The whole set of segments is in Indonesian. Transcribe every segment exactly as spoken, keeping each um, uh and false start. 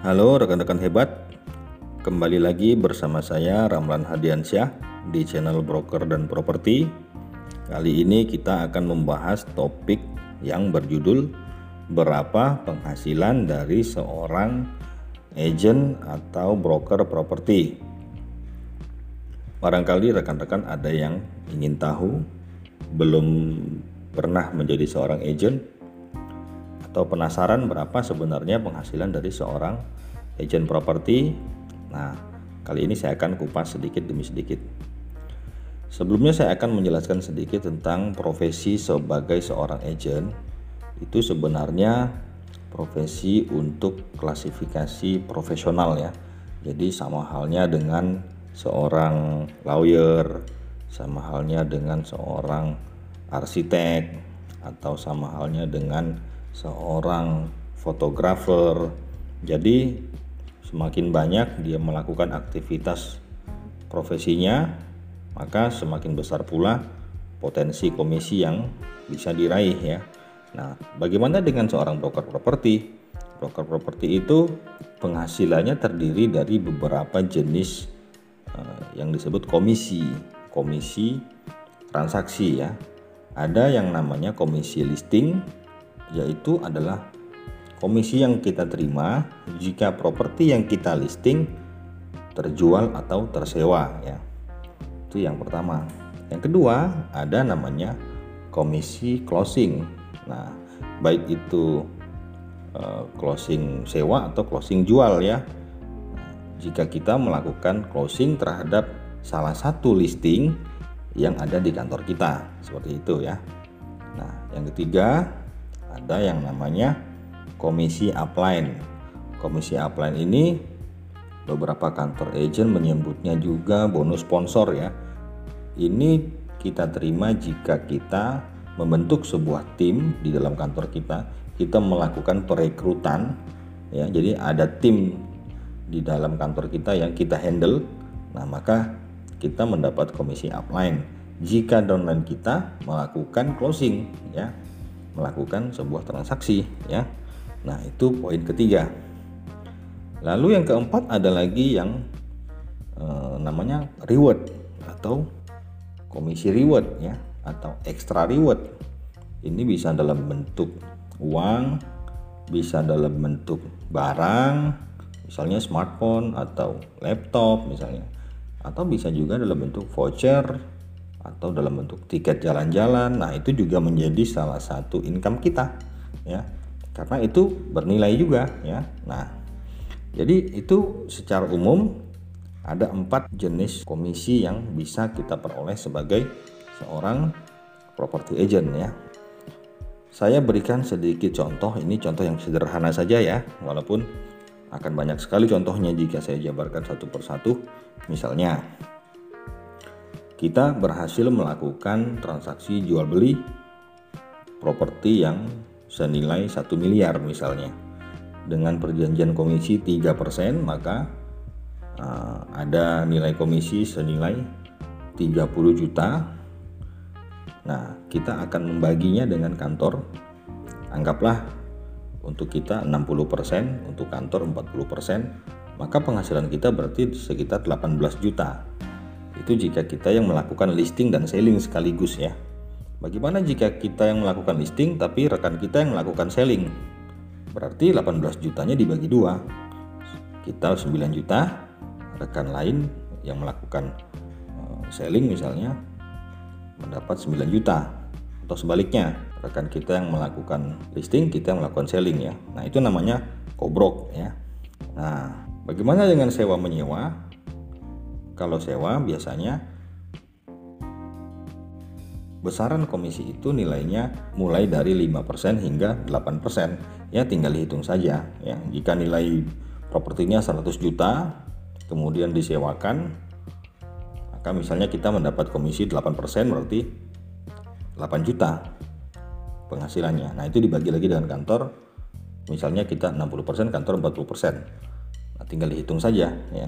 Halo rekan-rekan hebat, kembali lagi bersama saya Ramlan Hadiansyah di channel Broker dan Properti. Kali ini kita akan membahas topik yang berjudul berapa penghasilan dari seorang agent atau broker properti. Barangkali rekan-rekan ada yang ingin tahu, belum pernah menjadi seorang agent, atau penasaran berapa sebenarnya penghasilan dari seorang agent properti. Nah, kali ini saya akan kupas sedikit demi sedikit. Sebelumnya saya akan menjelaskan sedikit tentang profesi sebagai seorang agent. Itu sebenarnya profesi untuk klasifikasi profesional ya. Jadi sama halnya dengan seorang lawyer, sama halnya dengan seorang arsitek, atau sama halnya dengan seorang fotografer. Jadi semakin banyak dia melakukan aktivitas profesinya, maka semakin besar pula potensi komisi yang bisa diraih ya. Nah, bagaimana dengan seorang broker properti? Broker properti itu penghasilannya terdiri dari beberapa jenis uh, yang disebut komisi, komisi transaksi ya. Ada yang namanya komisi listing, yaitu adalah komisi yang kita terima jika properti yang kita listing terjual atau tersewa ya. Itu yang pertama. Yang kedua, ada namanya komisi closing. Nah, baik itu uh, closing sewa atau closing jual ya. Nah, jika kita melakukan closing terhadap salah satu listing yang ada di kantor kita, seperti itu ya. Nah, yang ketiga, ada yang namanya komisi upline. Komisi upline ini beberapa kantor agent menyebutnya juga bonus sponsor ya. Ini kita terima jika kita membentuk sebuah tim di dalam kantor kita, kita melakukan perekrutan ya. Jadi ada tim di dalam kantor kita yang kita handle. Nah, maka kita mendapat komisi upline jika downline kita melakukan closing ya, melakukan sebuah transaksi ya. Nah, itu poin ketiga. Lalu yang keempat ada lagi yang eh, namanya reward atau komisi reward ya, atau extra reward. Ini bisa dalam bentuk uang, bisa dalam bentuk barang, misalnya smartphone atau laptop misalnya, atau bisa juga dalam bentuk voucher atau dalam bentuk tiket jalan-jalan. Nah, itu juga menjadi salah satu income kita ya, karena itu bernilai juga ya. Nah, jadi itu secara umum ada empat jenis komisi yang bisa kita peroleh sebagai seorang property agent ya. Saya berikan sedikit contoh, ini contoh yang sederhana saja ya, walaupun akan banyak sekali contohnya jika saya jabarkan satu persatu. Misalnya kita berhasil melakukan transaksi jual beli properti yang senilai satu miliar misalnya. Dengan perjanjian komisi tiga persen, maka uh, ada nilai komisi senilai tiga puluh juta. Nah, kita akan membaginya dengan kantor. Anggaplah untuk kita enam puluh persen, untuk kantor empat puluh persen, maka penghasilan kita berarti sekitar delapan belas juta. Itu jika kita yang melakukan listing dan selling sekaligus ya. Bagaimana jika kita yang melakukan listing tapi rekan kita yang melakukan selling? Berarti delapan belas jutanya dibagi dua. Kita sembilan juta, rekan lain yang melakukan selling misalnya mendapat sembilan juta. Atau sebaliknya, rekan kita yang melakukan listing, kita yang melakukan selling ya. Nah, itu namanya kobrok ya. Nah, bagaimana dengan sewa menyewa? Kalau sewa biasanya besaran komisi itu nilainya mulai dari lima persen hingga delapan persen. Ya, tinggal dihitung saja ya. Jika nilai propertinya seratus juta kemudian disewakan, maka misalnya kita mendapat komisi delapan persen, berarti delapan juta penghasilannya. Nah, itu dibagi lagi dengan kantor. Misalnya kita enam puluh persen, kantor empat puluh persen. Nah, tinggal dihitung saja ya.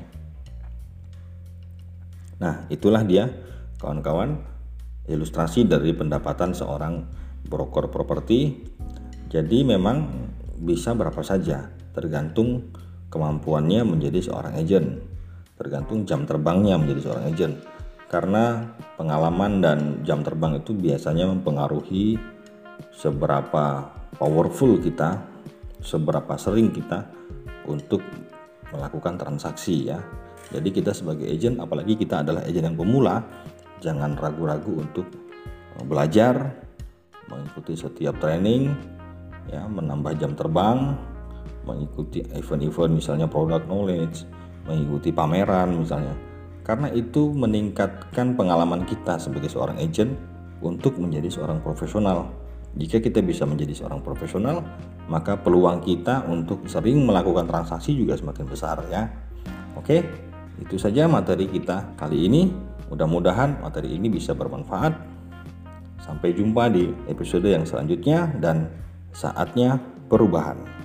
Nah, itulah dia kawan-kawan ilustrasi dari pendapatan seorang broker properti. Jadi memang bisa berapa saja, tergantung kemampuannya menjadi seorang agent, tergantung jam terbangnya menjadi seorang agent. Karena pengalaman dan jam terbang itu biasanya mempengaruhi seberapa powerful kita, seberapa sering kita untuk melakukan transaksi ya. Jadi kita sebagai agent, apalagi kita adalah agent yang pemula, jangan ragu-ragu untuk belajar, mengikuti setiap training ya, menambah jam terbang, mengikuti event-event misalnya product knowledge, mengikuti pameran misalnya. Karena itu meningkatkan pengalaman kita sebagai seorang agent untuk menjadi seorang profesional. Jika kita bisa menjadi seorang profesional, maka peluang kita untuk sering melakukan transaksi juga semakin besar ya. Oke, itu saja materi kita kali ini. Mudah-mudahan materi ini bisa bermanfaat. Sampai jumpa di episode yang selanjutnya dan saatnya perubahan.